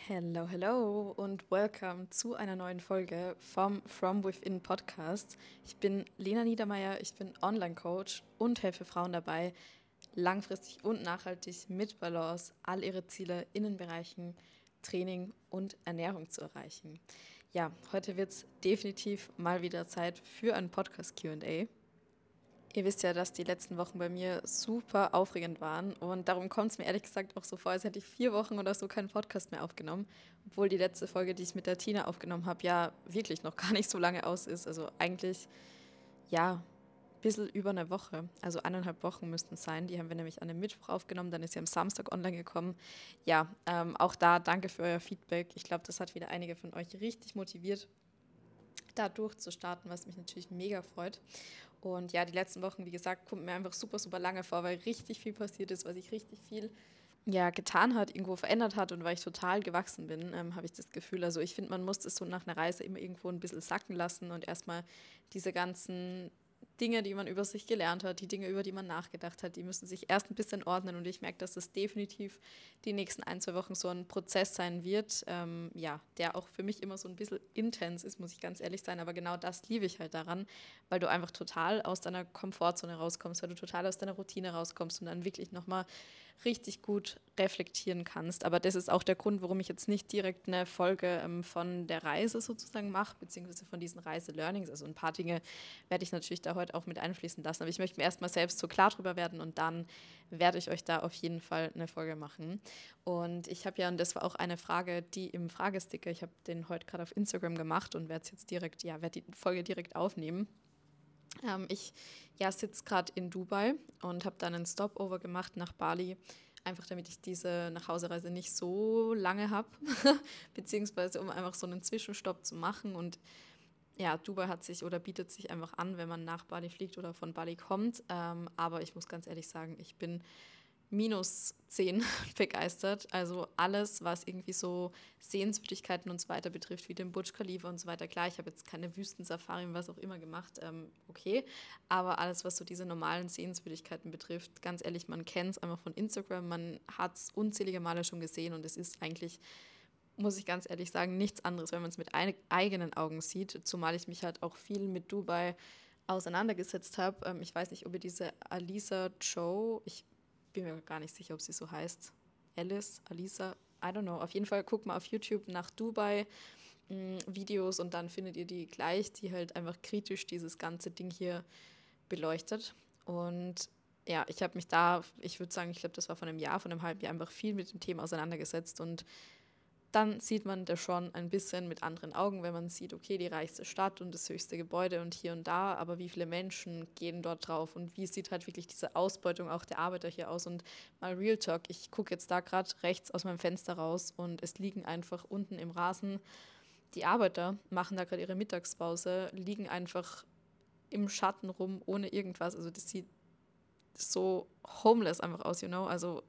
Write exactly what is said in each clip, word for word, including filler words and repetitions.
Hello, hello und welcome zu einer neuen Folge vom From Within Podcast. Ich bin Lena Niedermeyer, ich bin Online-Coach und helfe Frauen dabei, langfristig und nachhaltig mit Balance all ihre Ziele in den Bereichen Training und Ernährung zu erreichen. Ja, heute wird es definitiv mal wieder Zeit für einen Podcast-Q und A. Ihr wisst ja, dass die letzten Wochen bei mir super aufregend waren und darum kommt es mir ehrlich gesagt auch so vor, als hätte ich vier Wochen oder so keinen Podcast mehr aufgenommen, obwohl die letzte Folge, die ich mit der Tina aufgenommen habe, ja wirklich noch gar nicht so lange aus ist. Also eigentlich, ja, ein bisschen über eine Woche, also eineinhalb Wochen müssten es sein. Die haben wir nämlich an dem Mittwoch aufgenommen, dann ist sie am Samstag online gekommen. Ja, ähm, auch da danke für euer Feedback. Ich glaube, das hat wieder einige von euch richtig motiviert, da durchzustarten, was mich natürlich mega freut. Und ja, die letzten Wochen, wie gesagt, kommt mir einfach super, super lange vor, weil richtig viel passiert ist, weil sich richtig viel ja, getan hat, irgendwo verändert hat und weil ich total gewachsen bin, ähm, habe ich das Gefühl. Also ich finde, man muss das so nach einer Reise immer irgendwo ein bisschen sacken lassen und erstmal diese ganzen Dinge, die man über sich gelernt hat, die Dinge, über die man nachgedacht hat, die müssen sich erst ein bisschen ordnen und ich merke, dass das definitiv die nächsten ein, zwei Wochen so ein Prozess sein wird, ähm, ja, der auch für mich immer so ein bisschen intens ist, muss ich ganz ehrlich sein, aber genau das liebe ich halt daran, weil du einfach total aus deiner Komfortzone rauskommst, weil du total aus deiner Routine rauskommst und dann wirklich nochmal richtig gut reflektieren kannst. Aber das ist auch der Grund, warum ich jetzt nicht direkt eine Folge ähm, von der Reise sozusagen mache, beziehungsweise von diesen Reise-Learnings. Also ein paar Dinge werde ich natürlich da heute auch mit einfließen lassen. Aber ich möchte mir erstmal selbst so klar drüber werden und dann werde ich euch da auf jeden Fall eine Folge machen. Und ich habe ja, und das war auch eine Frage, die im Fragesticker, ich habe den heute gerade auf Instagram gemacht und werde es jetzt direkt, ja, werde die Folge direkt aufnehmen. Ähm, ich ja, sitze gerade in Dubai und habe dann einen Stopover gemacht nach Bali, einfach damit ich diese Nachhausereise nicht so lange habe, beziehungsweise um einfach so einen Zwischenstopp zu machen. Und ja, Dubai hat sich oder bietet sich einfach an, wenn man nach Bali fliegt oder von Bali kommt. Ähm, aber ich muss ganz ehrlich sagen, ich bin minus zehn begeistert. Also alles, was irgendwie so Sehenswürdigkeiten und so weiter betrifft, wie den Burj Khalifa und so weiter. Klar, ich habe jetzt keine Wüstensafari, was auch immer gemacht, ähm, okay. Aber alles, was so diese normalen Sehenswürdigkeiten betrifft, ganz ehrlich, man kennt es einfach von Instagram, man hat es unzählige Male schon gesehen und es ist eigentlich, muss ich ganz ehrlich sagen, nichts anderes, wenn man es mit ein, eigenen Augen sieht. Zumal ich mich halt auch viel mit Dubai auseinandergesetzt habe. Ähm, ich weiß nicht, ob ihr diese Alisa Joe, ich bin mir gar nicht sicher, ob sie so heißt. Alice, Alisa, I don't know. Auf jeden Fall guckt mal auf YouTube nach Dubai mh, Videos und dann findet ihr die gleich, die halt einfach kritisch dieses ganze Ding hier beleuchtet. Und ja, ich habe mich da, ich würde sagen, ich glaube, das war von einem Jahr, von einem halben Jahr einfach viel mit dem Thema auseinandergesetzt und dann sieht man das schon ein bisschen mit anderen Augen, wenn man sieht, okay, die reichste Stadt und das höchste Gebäude und hier und da, aber wie viele Menschen gehen dort drauf und wie sieht halt wirklich diese Ausbeutung auch der Arbeiter hier aus? Und mal Real Talk, ich gucke jetzt da gerade rechts aus meinem Fenster raus und es liegen einfach unten im Rasen, die Arbeiter machen da gerade ihre Mittagspause, liegen einfach im Schatten rum, ohne irgendwas, also das sieht so homeless einfach aus, you know, also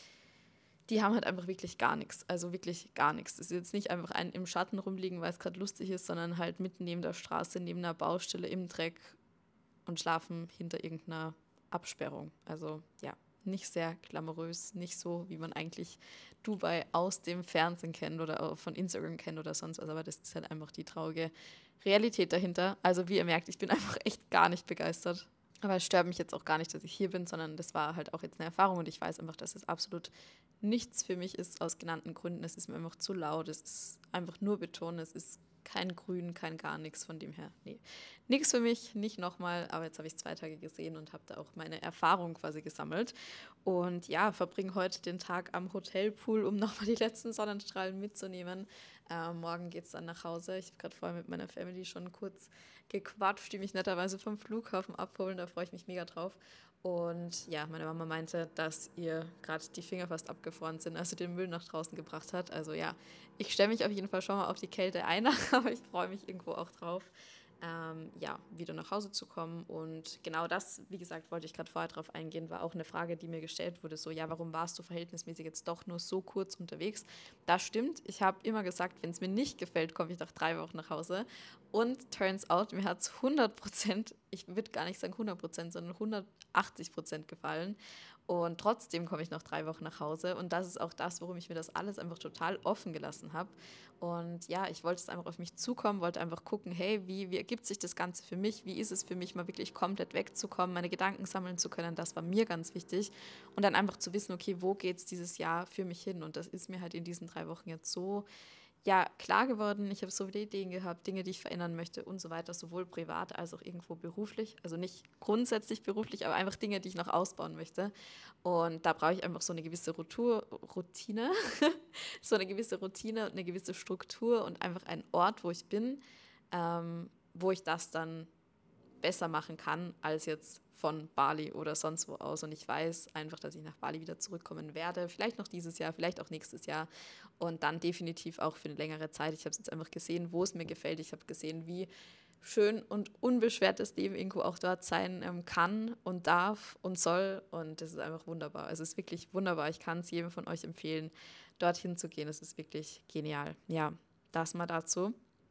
die haben halt einfach wirklich gar nichts. Also wirklich gar nichts. Es ist jetzt nicht einfach ein im Schatten rumliegen, weil es gerade lustig ist, sondern halt mitten neben der Straße, neben einer Baustelle im Dreck und schlafen hinter irgendeiner Absperrung. Also ja, nicht sehr glamourös, nicht so, wie man eigentlich Dubai aus dem Fernsehen kennt oder auch von Instagram kennt oder sonst was. Aber das ist halt einfach die traurige Realität dahinter. Also wie ihr merkt, ich bin einfach echt gar nicht begeistert. Aber es stört mich jetzt auch gar nicht, dass ich hier bin, sondern das war halt auch jetzt eine Erfahrung und ich weiß einfach, dass es absolut nichts für mich ist aus genannten Gründen. Es ist mir einfach zu laut, es ist einfach nur Beton, es ist kein Grün, kein gar nichts, von dem her, nee, nichts für mich, nicht nochmal, aber jetzt habe ich zwei Tage gesehen und habe da auch meine Erfahrung quasi gesammelt und ja, verbringe heute den Tag am Hotelpool, um nochmal die letzten Sonnenstrahlen mitzunehmen. Äh, morgen geht es dann nach Hause. Ich habe gerade vorher mit meiner Family schon kurz gequatscht, die mich netterweise vom Flughafen abholen, da freue ich mich mega drauf. Und ja, meine Mama meinte, dass ihr gerade die Finger fast abgefroren sind, als sie den Müll nach draußen gebracht hat. Also ja, ich stelle mich auf jeden Fall schon mal auf die Kälte ein, aber ich freue mich irgendwo auch drauf, ähm, ja, wieder nach Hause zu kommen. Und genau das, wie gesagt, wollte ich gerade vorher drauf eingehen, war auch eine Frage, die mir gestellt wurde, so, ja, warum warst du verhältnismäßig jetzt doch nur so kurz unterwegs? Das stimmt, ich habe immer gesagt, wenn es mir nicht gefällt, komme ich nach drei Wochen nach Hause. Und turns out, mir hat es hundert Prozent ich würde gar nicht sagen hundert Prozent, sondern hundertachtzig Prozent gefallen. Und trotzdem komme ich noch drei Wochen nach Hause. Und das ist auch das, warum ich mir das alles einfach total offen gelassen habe. Und ja, ich wollte es einfach auf mich zukommen, wollte einfach gucken, hey, wie, wie ergibt sich das Ganze für mich? Wie ist es für mich, mal wirklich komplett wegzukommen, meine Gedanken sammeln zu können? Das war mir ganz wichtig. Und dann einfach zu wissen, okay, wo geht es dieses Jahr für mich hin? Und das ist mir halt in diesen drei Wochen jetzt so ja, klar geworden. Ich habe so viele Ideen gehabt, Dinge, die ich verändern möchte und so weiter, sowohl privat als auch irgendwo beruflich. Also nicht grundsätzlich beruflich, aber einfach Dinge, die ich noch ausbauen möchte. Und da brauche ich einfach so eine gewisse Routur, Routine, so eine gewisse Routine und eine gewisse Struktur und einfach einen Ort, wo ich bin, ähm, wo ich das dann besser machen kann als jetzt von Bali oder sonst wo aus. Und ich weiß einfach, dass ich nach Bali wieder zurückkommen werde. Vielleicht noch dieses Jahr, vielleicht auch nächstes Jahr. Und dann definitiv auch für eine längere Zeit. Ich habe es jetzt einfach gesehen, wo es mir gefällt. Ich habe gesehen, wie schön und unbeschwert das Leben irgendwo auch dort sein ähm, kann und darf und soll. Und das ist einfach wunderbar. Es ist wirklich wunderbar. Ich kann es jedem von euch empfehlen, dorthin zu gehen. Es ist wirklich genial. Ja, das mal dazu.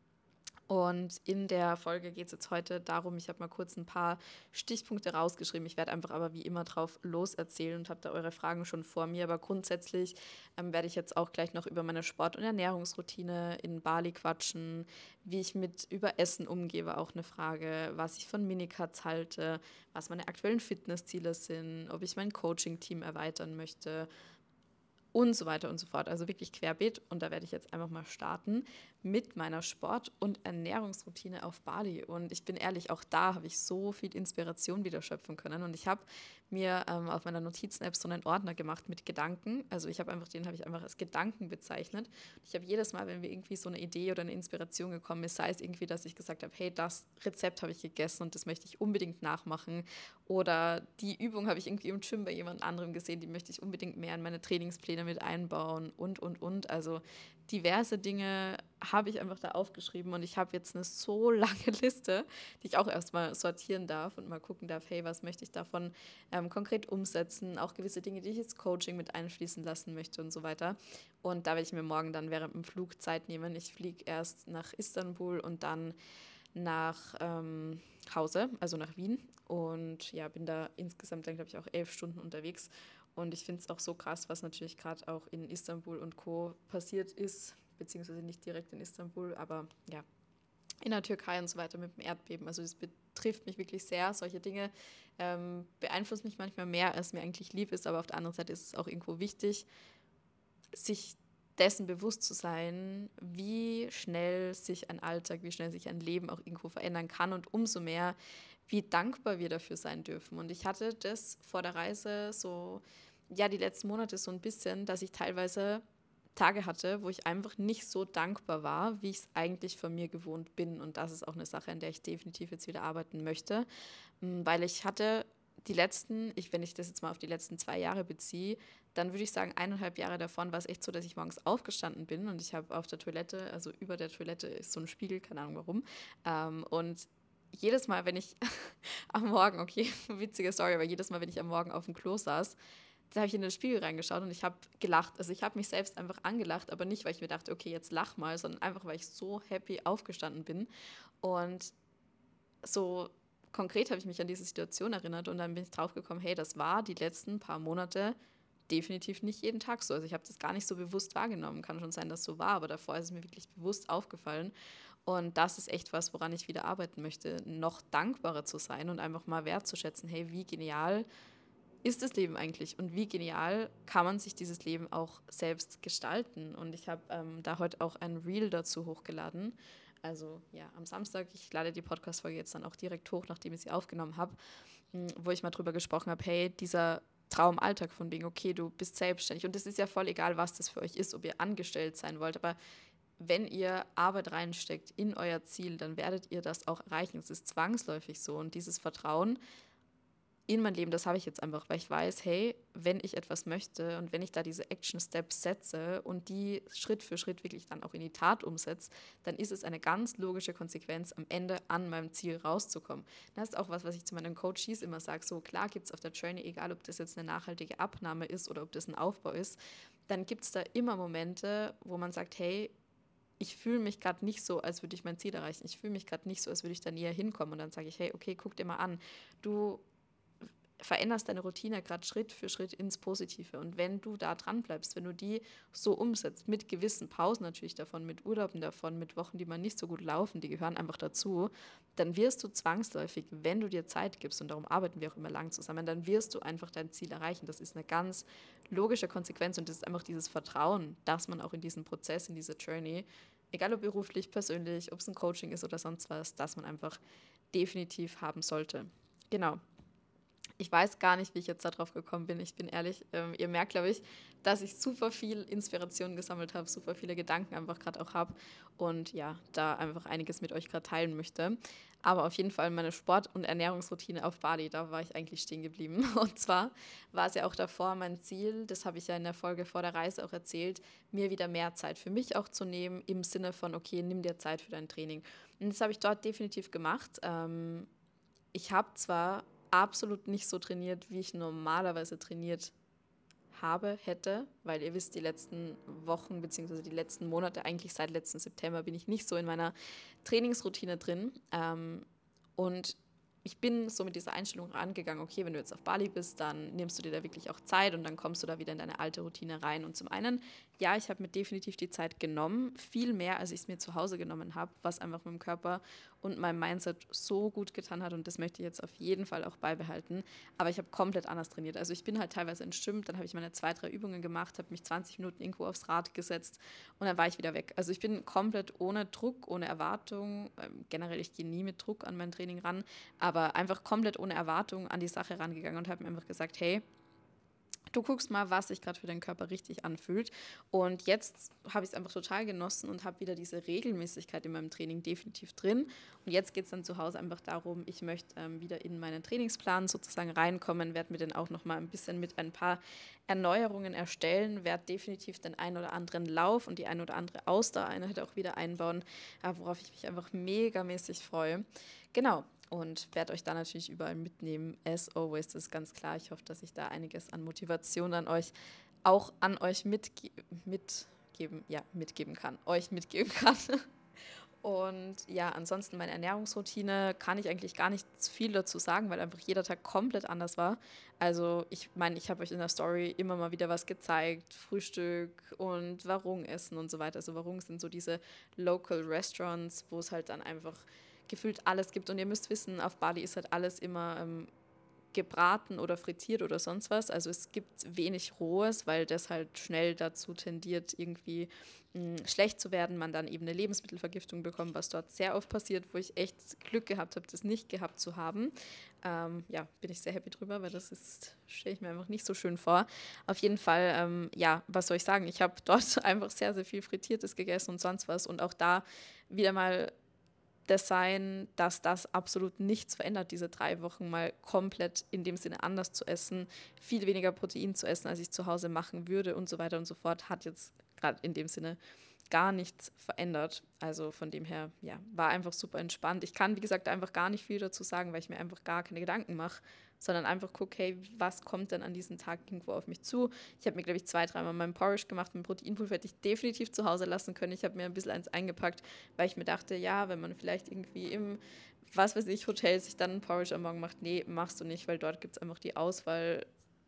Und in der Folge geht es jetzt heute darum, ich habe mal kurz ein paar Stichpunkte rausgeschrieben. Ich werde einfach aber wie immer drauf loserzählen und habe da eure Fragen schon vor mir. Aber grundsätzlich ähm, werde ich jetzt auch gleich noch über meine Sport- und Ernährungsroutine in Bali quatschen, wie ich mit über Essen umgehe, war auch eine Frage, was ich von Minicuts halte, was meine aktuellen Fitnessziele sind, ob ich mein Coaching-Team erweitern möchte und so weiter und so fort. Also wirklich querbeet. Und da werde ich jetzt einfach mal starten mit meiner Sport- und Ernährungsroutine auf Bali. Und ich bin ehrlich, auch da habe ich so viel Inspiration wieder schöpfen können. Und ich habe mir ähm, auf meiner Notizen-App so einen Ordner gemacht mit Gedanken. Also ich habe einfach, den habe ich einfach als Gedanken bezeichnet. Ich habe jedes Mal, wenn mir irgendwie so eine Idee oder eine Inspiration gekommen ist, sei es irgendwie, dass ich gesagt habe, hey, das Rezept habe ich gegessen und das möchte ich unbedingt nachmachen. Oder die Übung habe ich irgendwie im Gym bei jemand anderem gesehen, die möchte ich unbedingt mehr in meine Trainingspläne mit einbauen und, und, und. Also diverse Dinge habe ich einfach da aufgeschrieben und ich habe jetzt eine so lange Liste, die ich auch erstmal sortieren darf und mal gucken darf, hey, was möchte ich davon ähm, konkret umsetzen, auch gewisse Dinge, die ich ins Coaching mit einfließen lassen möchte und so weiter. Und da werde ich mir morgen dann während dem Flug Zeit nehmen. Ich fliege erst nach Istanbul und dann nach ähm, Hause, also nach Wien. Und ja, bin da insgesamt dann, glaube ich, auch elf Stunden unterwegs. Und ich finde es auch so krass, was natürlich gerade auch in Istanbul und Co. passiert ist, beziehungsweise nicht direkt in Istanbul, aber ja, in der Türkei und so weiter mit dem Erdbeben. Also das betrifft mich wirklich sehr. Solche Dinge ähm, beeinflussen mich manchmal mehr, als mir eigentlich lieb ist, aber auf der anderen Seite ist es auch irgendwo wichtig, sich dessen bewusst zu sein, wie schnell sich ein Alltag, wie schnell sich ein Leben auch irgendwo verändern kann und umso mehr, wie dankbar wir dafür sein dürfen. Und ich hatte das vor der Reise so, ja, die letzten Monate so ein bisschen, dass ich teilweise Tage hatte, wo ich einfach nicht so dankbar war, wie ich es eigentlich von mir gewohnt bin. Und das ist auch eine Sache, an der ich definitiv jetzt wieder arbeiten möchte, weil ich hatte die letzten, ich, wenn ich das jetzt mal auf die letzten zwei Jahre beziehe, dann würde ich sagen, eineinhalb Jahre davon war es echt so, dass ich morgens aufgestanden bin und ich habe auf der Toilette, also über der Toilette ist so ein Spiegel, keine Ahnung warum. Ähm, und jedes Mal, wenn ich am Morgen, okay, witzige Story, aber jedes Mal, wenn ich am Morgen auf dem Klo saß, da habe ich in den Spiegel reingeschaut und ich habe gelacht. Also ich habe mich selbst einfach angelacht, aber nicht, weil ich mir dachte, okay, jetzt lach mal, sondern einfach, weil ich so happy aufgestanden bin. Und so konkret habe ich mich an diese Situation erinnert und dann bin ich drauf gekommen, hey, das war die letzten paar Monate definitiv nicht jeden Tag so. Also ich habe das gar nicht so bewusst wahrgenommen. Kann schon sein, dass es so war, aber davor ist es mir wirklich bewusst aufgefallen. Und das ist echt was, woran ich wieder arbeiten möchte, noch dankbarer zu sein und einfach mal wertzuschätzen, hey, wie genial ist das Leben eigentlich und wie genial kann man sich dieses Leben auch selbst gestalten. Und ich habe ähm, da heute auch ein Reel dazu hochgeladen. Also ja, am Samstag, ich lade die Podcast-Folge jetzt dann auch direkt hoch, nachdem ich sie aufgenommen habe, wo ich mal drüber gesprochen habe, hey, dieser Traumalltag von wegen, okay, du bist selbstständig und es ist ja voll egal, was das für euch ist, ob ihr angestellt sein wollt, aber wenn ihr Arbeit reinsteckt in euer Ziel, dann werdet ihr das auch erreichen. Es ist zwangsläufig so und dieses Vertrauen in mein Leben, das habe ich jetzt einfach, weil ich weiß, hey, wenn ich etwas möchte und wenn ich da diese Action-Steps setze und die Schritt für Schritt wirklich dann auch in die Tat umsetze, dann ist es eine ganz logische Konsequenz, am Ende an meinem Ziel rauszukommen. Das ist auch was, was ich zu meinen Coaches immer sage, so klar gibt es auf der Journey, egal ob das jetzt eine nachhaltige Abnahme ist oder ob das ein Aufbau ist, dann gibt es da immer Momente, wo man sagt, hey, ich fühle mich gerade nicht so, als würde ich mein Ziel erreichen. Ich fühle mich gerade nicht so, als würde ich da näher hinkommen. Und dann sage ich, hey, okay, guck dir mal an. Du veränderst deine Routine gerade Schritt für Schritt ins Positive. Und wenn du da dran bleibst, wenn du die so umsetzt, mit gewissen Pausen natürlich davon, mit Urlauben davon, mit Wochen, die mal nicht so gut laufen, die gehören einfach dazu, dann wirst du zwangsläufig, wenn du dir Zeit gibst, und darum arbeiten wir auch immer lang zusammen, dann wirst du einfach dein Ziel erreichen. Das ist eine ganz logische Konsequenz und das ist einfach dieses Vertrauen, dass man auch in diesen Prozess, in diese Journey, egal ob beruflich, persönlich, ob es ein Coaching ist oder sonst was, dass man einfach definitiv haben sollte. Genau. Ich weiß gar nicht, wie ich jetzt darauf gekommen bin. Ich bin ehrlich, ähm, ihr merkt, glaube ich, dass ich super viel Inspiration gesammelt habe, super viele Gedanken einfach gerade auch habe und ja, da einfach einiges mit euch gerade teilen möchte. Aber auf jeden Fall meine Sport- und Ernährungsroutine auf Bali, da war ich eigentlich stehen geblieben. Und zwar war es ja auch davor mein Ziel, das habe ich ja in der Folge vor der Reise auch erzählt, mir wieder mehr Zeit für mich auch zu nehmen, im Sinne von, okay, nimm dir Zeit für dein Training. Und das habe ich dort definitiv gemacht. Ähm, ich habe zwar absolut nicht so trainiert, wie ich normalerweise trainiert habe, hätte, weil ihr wisst, die letzten Wochen bzw. die letzten Monate, eigentlich seit letzten September, bin ich nicht so in meiner Trainingsroutine drin. Ähm, und ich bin so mit dieser Einstellung rangegangen, okay, wenn du jetzt auf Bali bist, dann nimmst du dir da wirklich auch Zeit und dann kommst du da wieder in deine alte Routine rein. Und zum einen, ja, ich habe mir definitiv die Zeit genommen, viel mehr, als ich es mir zu Hause genommen habe, was einfach meinem Körper und meinem Mindset so gut getan hat und das möchte ich jetzt auf jeden Fall auch beibehalten. Aber ich habe komplett anders trainiert. Also ich bin halt teilweise ins Gym, dann habe ich meine zwei, drei Übungen gemacht, habe mich zwanzig Minuten irgendwo aufs Rad gesetzt und dann war ich wieder weg. Also ich bin komplett ohne Druck, ohne Erwartung. Ähm, generell, ich gehe nie mit Druck an mein Training ran, aber einfach komplett ohne Erwartung an die Sache rangegangen und habe mir einfach gesagt, hey, du guckst mal, was sich gerade für deinen Körper richtig anfühlt. Und jetzt habe ich es einfach total genossen und habe wieder diese Regelmäßigkeit in meinem Training definitiv drin. Und jetzt geht es dann zu Hause einfach darum, ich möchte ähm, wieder in meinen Trainingsplan sozusagen reinkommen, werde mir den auch nochmal ein bisschen mit ein paar Erneuerungen erstellen, werde definitiv den einen oder anderen Lauf und die ein oder andere Ausdauereinheit auch wieder einbauen, äh, worauf ich mich einfach megamäßig freue. Genau. Und werde euch da natürlich überall mitnehmen. As always, das ist ganz klar. Ich hoffe, dass ich da einiges an Motivation an euch, auch an euch mitge mitgeben, ja, mitgeben kann. Euch mitgeben kann. Und ja, ansonsten meine Ernährungsroutine kann ich eigentlich gar nicht viel dazu sagen, weil einfach jeder Tag komplett anders war. Also ich meine, ich habe euch in der Story immer mal wieder was gezeigt, Frühstück und Warung essen und so weiter. Also Warung sind so diese Local Restaurants, wo es halt dann einfach gefühlt alles gibt. Und ihr müsst wissen, auf Bali ist halt alles immer ähm, gebraten oder frittiert oder sonst was. Also es gibt wenig Rohes, weil das halt schnell dazu tendiert, irgendwie mh, schlecht zu werden. Man dann eben eine Lebensmittelvergiftung bekommt, was dort sehr oft passiert, wo ich echt Glück gehabt habe, das nicht gehabt zu haben. Ähm, ja, bin ich sehr happy drüber, weil das ist, stelle ich mir einfach nicht so schön vor. Auf jeden Fall, ähm, ja, was soll ich sagen? Ich habe dort einfach sehr, sehr viel Frittiertes gegessen und sonst was und auch da wieder mal das sein, dass das absolut nichts verändert, diese drei Wochen mal komplett in dem Sinne anders zu essen, viel weniger Protein zu essen, als ich zu Hause machen würde und so weiter und so fort, hat jetzt gerade in dem Sinne gar nichts verändert. Also von dem her, ja, war einfach super entspannt. Ich kann, wie gesagt, einfach gar nicht viel dazu sagen, weil ich mir einfach gar keine Gedanken mache, sondern einfach gucke, hey, was kommt denn an diesem Tag irgendwo auf mich zu? Ich habe mir, glaube ich, zwei, dreimal meinen Porridge gemacht. Mein Proteinpulver hätte ich definitiv zu Hause lassen können. Ich habe mir ein bisschen eins eingepackt, weil ich mir dachte, ja, wenn man vielleicht irgendwie im, was weiß ich, Hotel sich dann ein Porridge am Morgen macht, nee, machst du nicht, weil dort gibt es einfach die Auswahl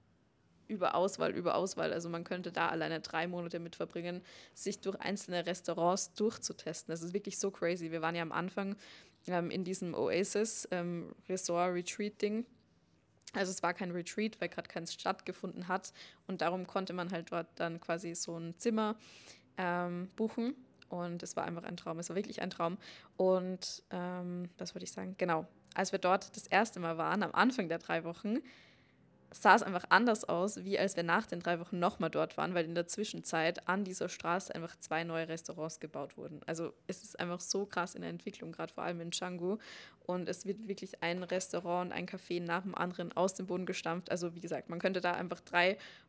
über Auswahl, über Auswahl. Also man könnte da alleine drei Monate mit verbringen, sich durch einzelne Restaurants durchzutesten. Das ist wirklich so crazy. Wir waren ja am Anfang ähm, in diesem Oasis ähm, Resort Retreat Ding. Also es war kein Retreat, weil gerade keins stattgefunden hat und darum konnte man halt dort dann quasi so ein Zimmer ähm, buchen und es war einfach ein Traum, es war wirklich ein Traum und ähm, was wollte ich sagen, genau, als wir dort das erste Mal waren, am Anfang der drei Wochen, sah es einfach anders aus, wie als wir nach den drei Wochen nochmal dort waren, weil in der Zwischenzeit an dieser Straße einfach zwei neue Restaurants gebaut wurden. Also es ist einfach so krass in der Entwicklung, gerade vor allem in Canggu. Und es wird wirklich ein Restaurant und ein Café nach dem anderen aus dem Boden gestampft. Also wie gesagt, man könnte da einfach drei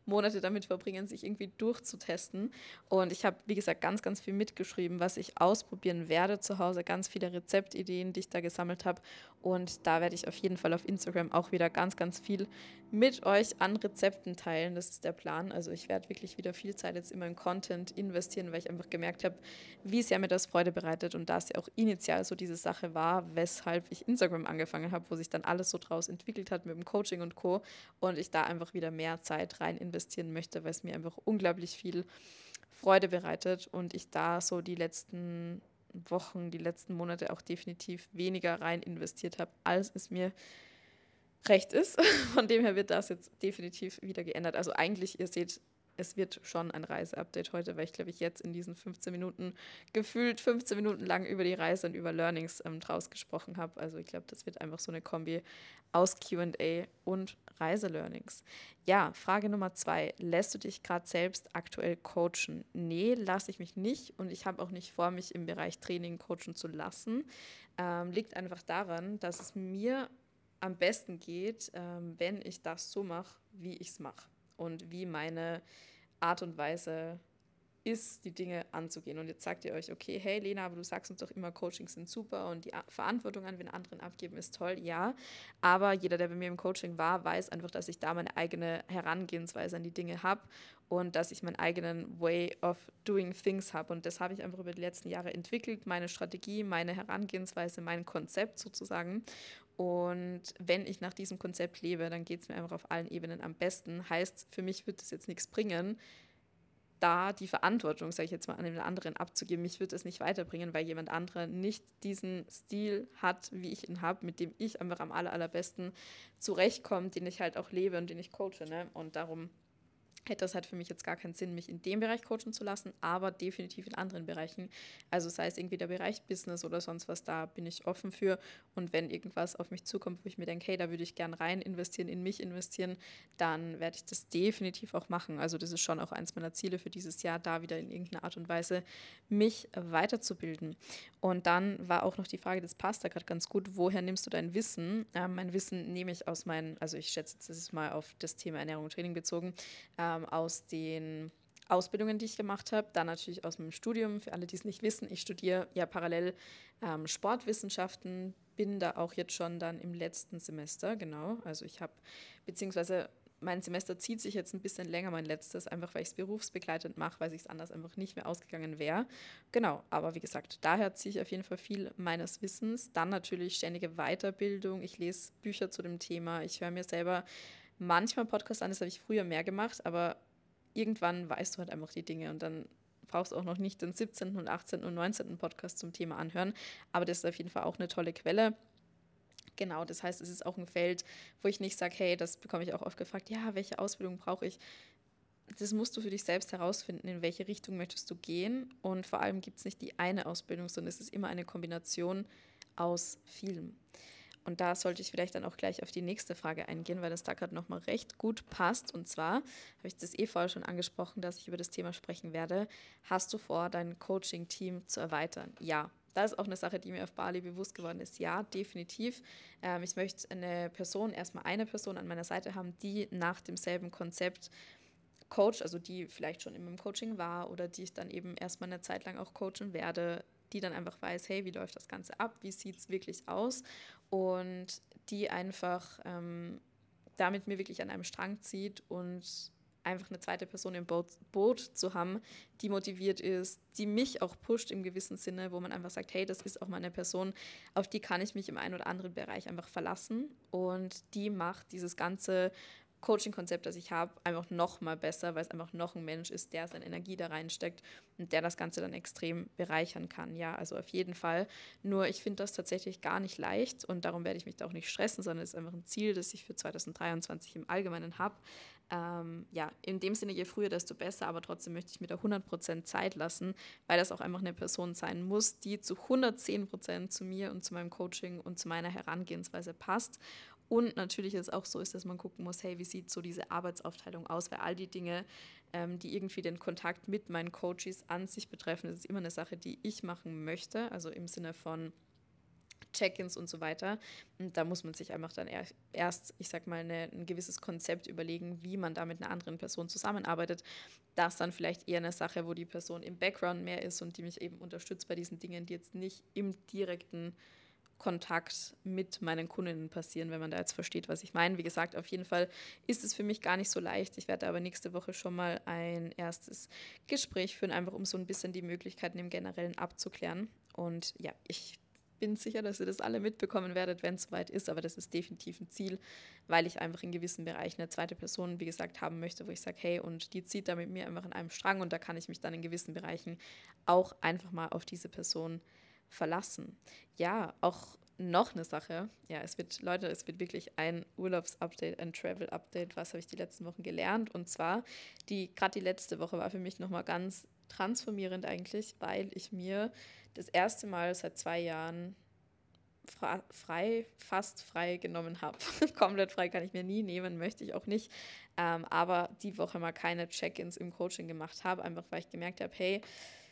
Monate damit verbringen, sich irgendwie durchzutesten. Und ich habe, wie gesagt, ganz, ganz viel mitgeschrieben, was ich ausprobieren werde zu Hause, ganz viele Rezeptideen, die ich da gesammelt habe. Und da werde ich auf jeden Fall auf Instagram auch wieder ganz, ganz viel mit euch an Rezepten teilen. Das ist der Plan. Also ich werde wirklich wieder viel Zeit jetzt in meinen Content investieren, weil ich einfach gemerkt habe, wie sehr mir das Freude bereitet und da es ja auch initial so diese Sache war, weshalb ich Instagram angefangen habe, wo sich dann alles so draus entwickelt hat mit dem Coaching und Co. Und ich da einfach wieder mehr Zeit rein investieren möchte, weil es mir einfach unglaublich viel Freude bereitet und ich da so die letzten Wochen, die letzten Monate auch definitiv weniger rein investiert habe, als es mir recht ist. Von dem her wird das jetzt definitiv wieder geändert. Also eigentlich, ihr seht, es wird schon ein Reise-Update heute, weil ich glaube, ich jetzt in diesen fünfzehn Minuten, gefühlt fünfzehn Minuten lang über die Reise und über Learnings ähm, draus gesprochen habe. Also ich glaube, das wird einfach so eine Kombi aus Q und A und Reiselearnings. Ja, Frage Nummer zwei. Lässt du dich gerade selbst aktuell coachen? Nee, lasse ich mich nicht und ich habe auch nicht vor, mich im Bereich Training coachen zu lassen. Ähm, liegt einfach daran, dass es mir am besten geht, ähm, wenn ich das so mache, wie ich es mache und wie meine Art und Weise ist, die Dinge anzugehen. Und jetzt sagt ihr euch, okay, hey Lena, aber du sagst uns doch immer, Coachings sind super und die Verantwortung an den anderen abgeben ist toll. Ja, aber jeder, der bei mir im Coaching war, weiß einfach, dass ich da meine eigene Herangehensweise an die Dinge habe und dass ich meinen eigenen Way of doing things habe. Und das habe ich einfach über die letzten Jahre entwickelt, meine Strategie, meine Herangehensweise, mein Konzept sozusagen. Und wenn ich nach diesem Konzept lebe, dann geht es mir einfach auf allen Ebenen am besten. Heißt, für mich wird es jetzt nichts bringen, da die Verantwortung, sage ich jetzt mal, an den anderen abzugeben. Mich wird es nicht weiterbringen, weil jemand anderer nicht diesen Stil hat, wie ich ihn habe, mit dem ich einfach am aller, allerbesten zurechtkomme, den ich halt auch lebe und den ich coache. Ne? Und darum hätte es halt für mich jetzt gar keinen Sinn, mich in dem Bereich coachen zu lassen, aber definitiv in anderen Bereichen. Also sei es irgendwie der Bereich Business oder sonst was, da bin ich offen für. Und wenn irgendwas auf mich zukommt, wo ich mir denke, hey, da würde ich gern rein investieren, in mich investieren, dann werde ich das definitiv auch machen. Also das ist schon auch eins meiner Ziele für dieses Jahr, da wieder in irgendeiner Art und Weise mich weiterzubilden. Und dann war auch noch die Frage, das passt da gerade ganz gut, woher nimmst du dein Wissen? Ähm, mein Wissen nehme ich aus meinen, also ich schätze, das ist mal auf das Thema Ernährung und Training bezogen, ähm, aus den Ausbildungen, die ich gemacht habe, dann natürlich aus meinem Studium. Für alle, die es nicht wissen, ich studiere ja parallel ähm, Sportwissenschaften, bin da auch jetzt schon dann im letzten Semester, genau. Also ich habe, beziehungsweise mein Semester zieht sich jetzt ein bisschen länger, mein letztes, einfach weil ich es berufsbegleitend mache, weil sich es anders einfach nicht mehr ausgegangen wäre. Genau, aber wie gesagt, daher ziehe ich auf jeden Fall viel meines Wissens. Dann natürlich ständige Weiterbildung. Ich lese Bücher zu dem Thema. Ich höre mir selber manchmal Podcasts an, das habe ich früher mehr gemacht, aber irgendwann weißt du halt einfach die Dinge und dann brauchst du auch noch nicht den siebzehnten und achtzehnten und neunzehnten Podcast zum Thema anhören, aber das ist auf jeden Fall auch eine tolle Quelle. Genau, das heißt, es ist auch ein Feld, wo ich nicht sage, hey, das bekomme ich auch oft gefragt, ja, welche Ausbildung brauche ich? Das musst du für dich selbst herausfinden, in welche Richtung möchtest du gehen und vor allem gibt es nicht die eine Ausbildung, sondern es ist immer eine Kombination aus vielem. Und da sollte ich vielleicht dann auch gleich auf die nächste Frage eingehen, weil das da gerade nochmal recht gut passt. Und zwar habe ich das eh vorher schon angesprochen, dass ich über das Thema sprechen werde. Hast du vor, dein Coaching-Team zu erweitern? Ja. Das ist auch eine Sache, die mir auf Bali bewusst geworden ist. Ja, definitiv. Ähm, ich möchte eine Person, erstmal eine Person an meiner Seite haben, die nach demselben Konzept coacht, also die vielleicht schon in meinem Coaching war oder die ich dann eben erstmal eine Zeit lang auch coachen werde, die dann einfach weiß, hey, wie läuft das Ganze ab, wie sieht es wirklich aus und die einfach ähm, damit mir wirklich an einem Strang zieht und einfach eine zweite Person im Boot, Boot zu haben, die motiviert ist, die mich auch pusht im gewissen Sinne, wo man einfach sagt, hey, das ist auch mal eine Person, auf die kann ich mich im einen oder anderen Bereich einfach verlassen und die macht dieses ganze Coaching-Konzept, das ich habe, einfach noch mal besser, weil es einfach noch ein Mensch ist, der seine Energie da reinsteckt und der das Ganze dann extrem bereichern kann. Ja, also auf jeden Fall. Nur ich finde das tatsächlich gar nicht leicht und darum werde ich mich da auch nicht stressen, sondern es ist einfach ein Ziel, das ich für zwanzig dreiundzwanzig im Allgemeinen habe. Ähm, ja, in dem Sinne, je früher, desto besser, aber trotzdem möchte ich mir da hundert Prozent Zeit lassen, weil das auch einfach eine Person sein muss, die zu hundertzehn Prozent zu mir und zu meinem Coaching und zu meiner Herangehensweise passt. Und natürlich ist es auch so, ist, dass man gucken muss, hey, wie sieht so diese Arbeitsaufteilung aus, weil all die Dinge, ähm, die irgendwie den Kontakt mit meinen Coaches an sich betreffen, das ist immer eine Sache, die ich machen möchte, also im Sinne von Check-ins und so weiter. Und da muss man sich einfach dann er- erst, ich sag mal, eine, ein gewisses Konzept überlegen, wie man da mit einer anderen Person zusammenarbeitet. Das ist dann vielleicht eher eine Sache, wo die Person im Background mehr ist und die mich eben unterstützt bei diesen Dingen, die jetzt nicht im direkten Kontakt mit meinen Kundinnen passieren, wenn man da jetzt versteht, was ich meine. Wie gesagt, auf jeden Fall ist es für mich gar nicht so leicht. Ich werde aber nächste Woche schon mal ein erstes Gespräch führen, einfach um so ein bisschen die Möglichkeiten im Generellen abzuklären. Und ja, ich bin sicher, dass ihr das alle mitbekommen werdet, wenn es soweit ist, aber das ist definitiv ein Ziel, weil ich einfach in gewissen Bereichen eine zweite Person, wie gesagt, haben möchte, wo ich sage, hey, und die zieht da mit mir einfach in einem Strang und da kann ich mich dann in gewissen Bereichen auch einfach mal auf diese Person verlassen. Ja, auch noch eine Sache. Ja, es wird, Leute, es wird wirklich ein Urlaubsupdate, ein Travel-Update. Was habe ich die letzten Wochen gelernt? Und zwar, die, gerade die letzte Woche war für mich nochmal ganz transformierend eigentlich, weil ich mir das erste Mal seit zwei Jahren fra- frei, fast frei genommen habe. Komplett frei kann ich mir nie nehmen, möchte ich auch nicht. Ähm, aber die Woche mal keine Check-ins im Coaching gemacht habe, einfach weil ich gemerkt habe, hey,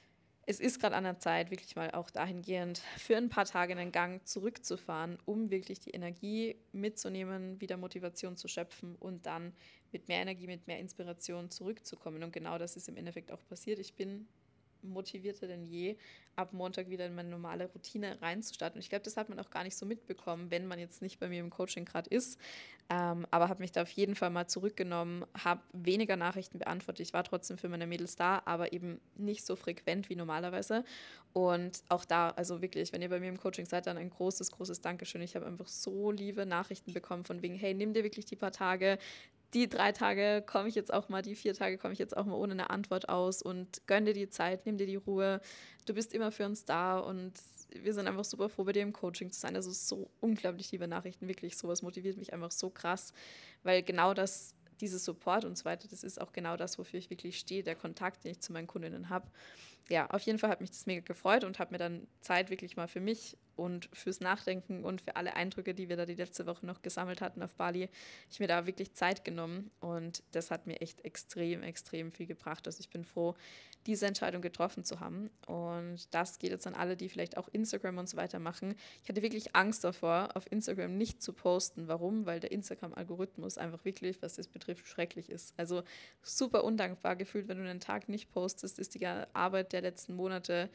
es ist gerade an der Zeit, wirklich mal auch dahingehend für ein paar Tage einen Gang zurückzufahren, um wirklich die Energie mitzunehmen, wieder Motivation zu schöpfen und dann mit mehr Energie, mit mehr Inspiration zurückzukommen. Und genau das ist im Endeffekt auch passiert. Ich bin motivierter denn je, ab Montag wieder in meine normale Routine reinzustarten. Und ich glaube, das hat man auch gar nicht so mitbekommen, wenn man jetzt nicht bei mir im Coaching gerade ist. Ähm, aber habe mich da auf jeden Fall mal zurückgenommen, habe weniger Nachrichten beantwortet. Ich war trotzdem für meine Mädels da, aber eben nicht so frequent wie normalerweise. Und auch da, also wirklich, wenn ihr bei mir im Coaching seid, dann ein großes, großes Dankeschön. Ich habe einfach so liebe Nachrichten bekommen von wegen, hey, nimm dir wirklich die paar Tage, die drei Tage komme ich jetzt auch mal, die vier Tage komme ich jetzt auch mal ohne eine Antwort aus und gönn dir die Zeit, nimm dir die Ruhe. Du bist immer für uns da und wir sind einfach super froh, bei dir im Coaching zu sein. Also so unglaublich liebe Nachrichten, wirklich. Sowas motiviert mich einfach so krass, weil genau das, dieses Support und so weiter, das ist auch genau das, wofür ich wirklich stehe, der Kontakt, den ich zu meinen Kundinnen habe. Ja, auf jeden Fall hat mich das mega gefreut und habe mir dann Zeit wirklich mal für mich und fürs Nachdenken und für alle Eindrücke, die wir da die letzte Woche noch gesammelt hatten auf Bali, ich mir da wirklich Zeit genommen und das hat mir echt extrem, extrem viel gebracht. Also ich bin froh, diese Entscheidung getroffen zu haben und das geht jetzt an alle, die vielleicht auch Instagram und so weiter machen. Ich hatte wirklich Angst davor, auf Instagram nicht zu posten. Warum? Weil der Instagram-Algorithmus einfach wirklich, was das betrifft, schrecklich ist. Also super undankbar gefühlt, wenn du einen Tag nicht postest, ist die Arbeit der letzten Monate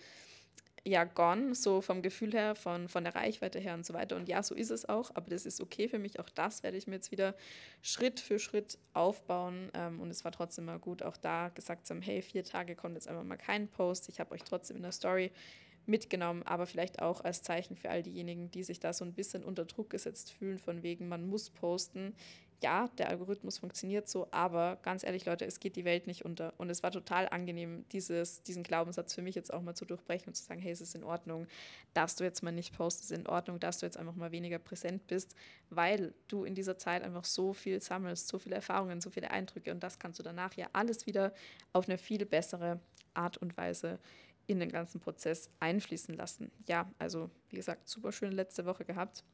ja gone, so vom Gefühl her, von, von der Reichweite her und so weiter. Und ja, so ist es auch, aber das ist okay für mich. Auch das werde ich mir jetzt wieder Schritt für Schritt aufbauen. Ähm, und es war trotzdem mal gut, auch da gesagt zu haben, hey, vier Tage kommt jetzt einfach mal kein Post. Ich habe euch trotzdem in der Story mitgenommen, aber vielleicht auch als Zeichen für all diejenigen, die sich da so ein bisschen unter Druck gesetzt fühlen, von wegen, man muss posten. Ja, der Algorithmus funktioniert so, aber ganz ehrlich, Leute, es geht die Welt nicht unter. Und es war total angenehm, dieses, diesen Glaubenssatz für mich jetzt auch mal zu durchbrechen und zu sagen, hey, es ist in Ordnung, dass du jetzt mal nicht postest, es ist in Ordnung, dass du jetzt einfach mal weniger präsent bist, weil du in dieser Zeit einfach so viel sammelst, so viele Erfahrungen, so viele Eindrücke und das kannst du danach ja alles wieder auf eine viel bessere Art und Weise in den ganzen Prozess einfließen lassen. Ja, also wie gesagt, super schöne letzte Woche gehabt.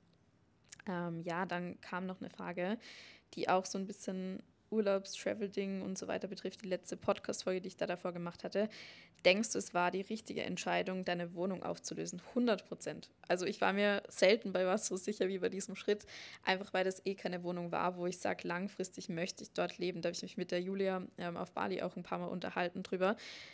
Ähm, ja, dann kam noch eine Frage, die auch so ein bisschen Urlaubs-, Travel-Ding und so weiter betrifft, die letzte Podcast-Folge, die ich da davor gemacht hatte. Denkst du, es war die richtige Entscheidung, deine Wohnung aufzulösen? hundert Prozent. Also ich war mir selten bei was so sicher wie bei diesem Schritt, einfach weil das eh keine Wohnung war, wo ich sage, langfristig möchte ich dort leben. Da habe ich mich mit der Julia ähm, auf Bali auch ein paar Mal unterhalten drüber,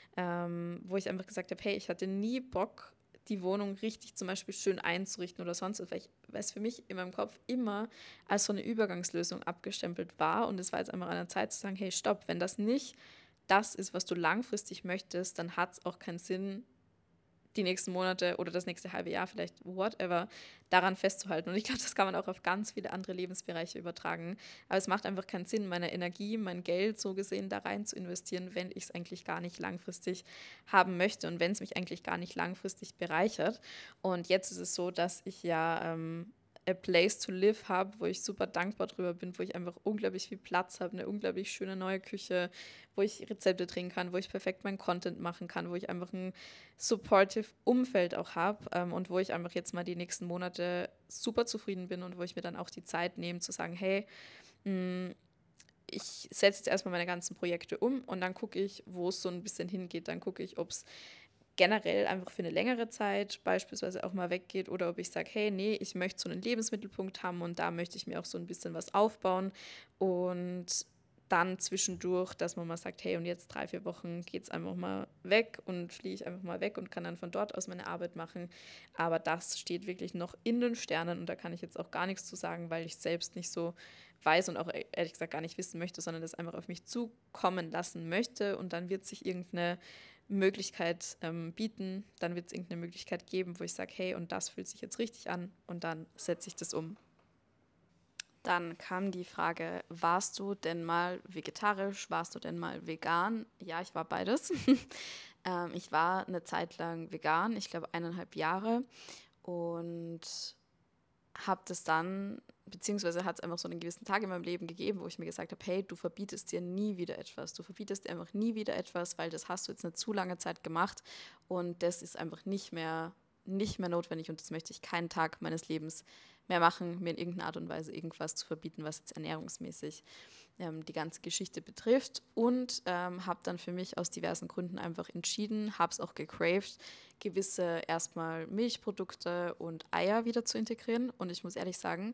ähm, wo ich einfach gesagt habe, hey, ich hatte nie Bock, die Wohnung richtig zum Beispiel schön einzurichten oder sonst was, weil, ich, weil es für mich in meinem Kopf immer als so eine Übergangslösung abgestempelt war und es war jetzt einmal an der Zeit zu sagen, hey, stopp, wenn das nicht das ist, was du langfristig möchtest, dann hat es auch keinen Sinn, die nächsten Monate oder das nächste halbe Jahr vielleicht, whatever, daran festzuhalten. Und ich glaube, das kann man auch auf ganz viele andere Lebensbereiche übertragen. Aber es macht einfach keinen Sinn, meine Energie, mein Geld so gesehen da rein zu investieren, wenn ich es eigentlich gar nicht langfristig haben möchte und wenn es mich eigentlich gar nicht langfristig bereichert. Und jetzt ist es so, dass ich ja ähm, a place to live habe, wo ich super dankbar drüber bin, wo ich einfach unglaublich viel Platz habe, eine unglaublich schöne neue Küche, wo ich Rezepte drehen kann, wo ich perfekt meinen Content machen kann, wo ich einfach ein supportive Umfeld auch habe ähm, und wo ich einfach jetzt mal die nächsten Monate super zufrieden bin und wo ich mir dann auch die Zeit nehme zu sagen, hey, mh, ich setze jetzt erstmal meine ganzen Projekte um und dann gucke ich, wo es so ein bisschen hingeht. Dann gucke ich, ob es generell einfach für eine längere Zeit beispielsweise auch mal weggeht oder ob ich sage, hey, nee, ich möchte so einen Lebensmittelpunkt haben und da möchte ich mir auch so ein bisschen was aufbauen und dann zwischendurch, dass man mal sagt, hey, und jetzt drei, vier Wochen geht es einfach mal weg und fliege ich einfach mal weg und kann dann von dort aus meine Arbeit machen. Aber das steht wirklich noch in den Sternen und da kann ich jetzt auch gar nichts zu sagen, weil ich selbst nicht so weiß und auch ehrlich gesagt gar nicht wissen möchte, sondern das einfach auf mich zukommen lassen möchte und dann wird sich irgendeine Möglichkeit ähm, bieten, dann wird es irgendeine Möglichkeit geben, wo ich sage, hey, und das fühlt sich jetzt richtig an und dann setze ich das um. Dann kam die Frage, warst du denn mal vegetarisch, warst du denn mal vegan? Ja, ich war beides. ähm, ich war eine Zeit lang vegan, ich glaube eineinhalb Jahre und habe das dann, beziehungsweise hat es einfach so einen gewissen Tag in meinem Leben gegeben, wo ich mir gesagt habe, hey, du verbietest dir nie wieder etwas. Du verbietest dir einfach nie wieder etwas, weil das hast du jetzt eine zu lange Zeit gemacht und das ist einfach nicht mehr, nicht mehr notwendig und das möchte ich keinen Tag meines Lebens mehr machen, mir in irgendeiner Art und Weise irgendwas zu verbieten, was jetzt ernährungsmäßig ähm, die ganze Geschichte betrifft und ähm, habe dann für mich aus diversen Gründen einfach entschieden, habe es auch gecraved, gewisse erstmal Milchprodukte und Eier wieder zu integrieren und ich muss ehrlich sagen,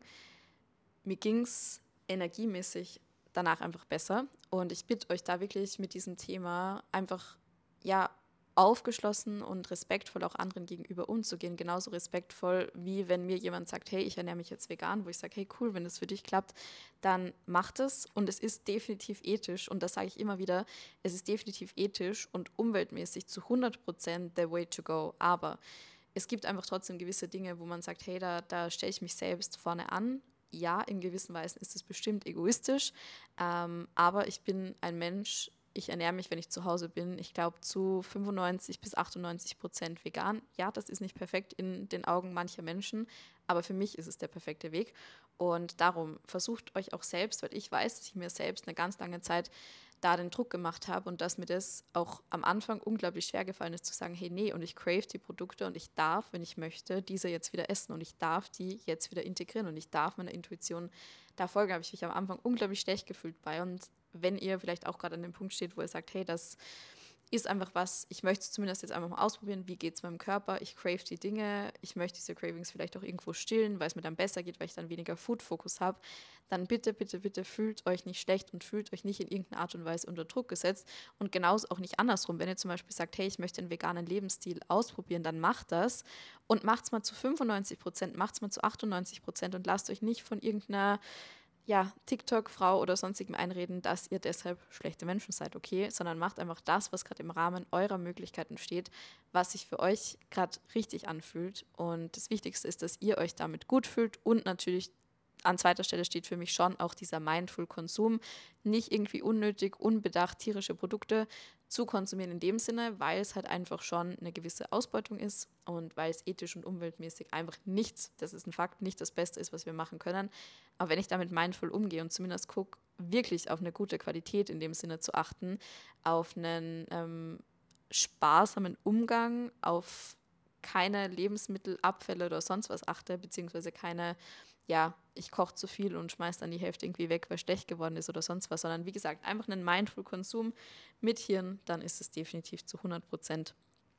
mir ging es energiemäßig danach einfach besser und ich bitte euch da wirklich mit diesem Thema einfach, ja, aufgeschlossen und respektvoll auch anderen gegenüber umzugehen. Genauso respektvoll, wie wenn mir jemand sagt, hey, ich ernähre mich jetzt vegan, wo ich sage, hey, cool, wenn das für dich klappt, dann macht es und es ist definitiv ethisch und das sage ich immer wieder, es ist definitiv ethisch und umweltmäßig zu hundert Prozent the way to go, aber es gibt einfach trotzdem gewisse Dinge, wo man sagt, hey, da, da stelle ich mich selbst vorne an. Ja, in gewissen Weisen ist es bestimmt egoistisch, ähm, aber ich bin ein Mensch, ich ernähre mich, wenn ich zu Hause bin, ich glaube zu fünfundneunzig bis achtundneunzig Prozent vegan. Ja, das ist nicht perfekt in den Augen mancher Menschen, aber für mich ist es der perfekte Weg. Und darum versucht euch auch selbst, weil ich weiß, dass ich mir selbst eine ganz lange Zeit da den Druck gemacht habe und dass mir das auch am Anfang unglaublich schwer gefallen ist, zu sagen, hey, nee, und ich crave die Produkte und ich darf, wenn ich möchte, diese jetzt wieder essen und ich darf die jetzt wieder integrieren und ich darf meiner Intuition da folgen, habe ich mich am Anfang unglaublich schlecht gefühlt bei. Und wenn ihr vielleicht auch gerade an dem Punkt steht, wo ihr sagt, hey, das ist einfach was, ich möchte es zumindest jetzt einfach mal ausprobieren, wie geht es meinem Körper, ich crave die Dinge, ich möchte diese Cravings vielleicht auch irgendwo stillen, weil es mir dann besser geht, weil ich dann weniger Food-Fokus habe, dann bitte, bitte, bitte fühlt euch nicht schlecht und fühlt euch nicht in irgendeiner Art und Weise unter Druck gesetzt und genauso auch nicht andersrum, wenn ihr zum Beispiel sagt, hey, ich möchte einen veganen Lebensstil ausprobieren, dann macht das und macht es mal zu fünfundneunzig Prozent, macht es mal zu achtundneunzig Prozent und lasst euch nicht von irgendeiner ja, TikTok-Frau oder sonstigem einreden, dass ihr deshalb schlechte Menschen seid, okay, sondern macht einfach das, was gerade im Rahmen eurer Möglichkeiten steht, was sich für euch gerade richtig anfühlt. Und das Wichtigste ist, dass ihr euch damit gut fühlt und natürlich an zweiter Stelle steht für mich schon auch dieser Mindful-Konsum, nicht irgendwie unnötig, unbedacht tierische Produkte zu konsumieren in dem Sinne, weil es halt einfach schon eine gewisse Ausbeutung ist und weil es ethisch und umweltmäßig einfach nichts, das ist ein Fakt, nicht das Beste ist, was wir machen können. Aber wenn ich damit mindful umgehe und zumindest gucke, wirklich auf eine gute Qualität in dem Sinne zu achten, auf einen ähm, sparsamen Umgang, auf keine Lebensmittelabfälle oder sonst was achte, beziehungsweise keine, ja, ich koche zu viel und schmeiße dann die Hälfte irgendwie weg, weil schlecht geworden ist oder sonst was, sondern wie gesagt, einfach einen mindful Konsum mit Hirn, dann ist es definitiv zu hundert Prozent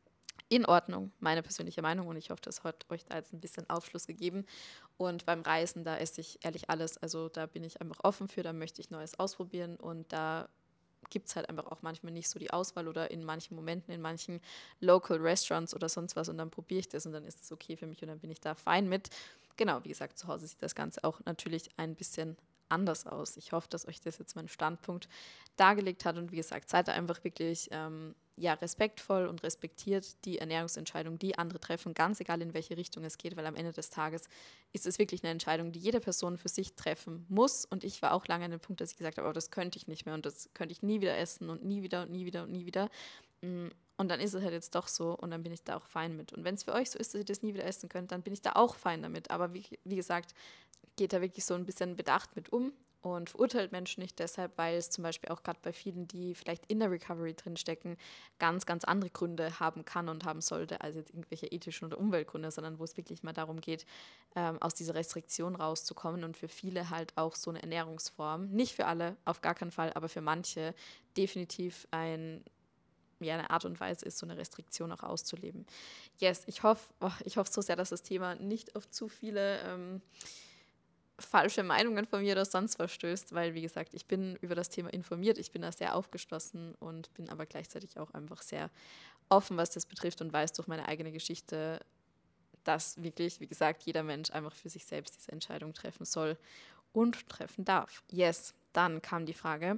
in Ordnung, meine persönliche Meinung und ich hoffe, das hat euch da jetzt ein bisschen Aufschluss gegeben und beim Reisen, da esse ich ehrlich alles, also da bin ich einfach offen für, da möchte ich Neues ausprobieren und da gibt es halt einfach auch manchmal nicht so die Auswahl oder in manchen Momenten, in manchen Local Restaurants oder sonst was und dann probiere ich das und dann ist es okay für mich und dann bin ich da fein mit. Genau, wie gesagt, zu Hause sieht das Ganze auch natürlich ein bisschen anders aus. Ich hoffe, dass euch das jetzt mein Standpunkt dargelegt hat und wie gesagt, seid da einfach wirklich ähm, ja, respektvoll und respektiert die Ernährungsentscheidung, die andere treffen, ganz egal in welche Richtung es geht, weil am Ende des Tages ist es wirklich eine Entscheidung, die jede Person für sich treffen muss und ich war auch lange an dem Punkt, dass ich gesagt habe, aber das könnte ich nicht mehr und das könnte ich nie wieder essen und nie wieder und nie wieder und nie wieder. Und dann ist es halt jetzt doch so und dann bin ich da auch fein mit. Und wenn es für euch so ist, dass ihr das nie wieder essen könnt, dann bin ich da auch fein damit. Aber wie, wie gesagt, geht da wirklich so ein bisschen bedacht mit um und verurteilt Menschen nicht deshalb, weil es zum Beispiel auch gerade bei vielen, die vielleicht in der Recovery drinstecken, ganz, ganz andere Gründe haben kann und haben sollte, als jetzt irgendwelche ethischen oder Umweltgründe, sondern wo es wirklich mal darum geht, ähm, aus dieser Restriktion rauszukommen und für viele halt auch so eine Ernährungsform, nicht für alle, auf gar keinen Fall, aber für manche definitiv ein ja, eine Art und Weise ist, so eine Restriktion auch auszuleben. Yes, ich hoffe, oh, ich hoffe so sehr, dass das Thema nicht auf zu viele ähm, falsche Meinungen von mir oder sonst was stößt, weil, wie gesagt, ich bin über das Thema informiert, ich bin da sehr aufgeschlossen und bin aber gleichzeitig auch einfach sehr offen, was das betrifft und weiß durch meine eigene Geschichte, dass wirklich, wie gesagt, jeder Mensch einfach für sich selbst diese Entscheidung treffen soll und treffen darf. Yes, dann kam die Frage,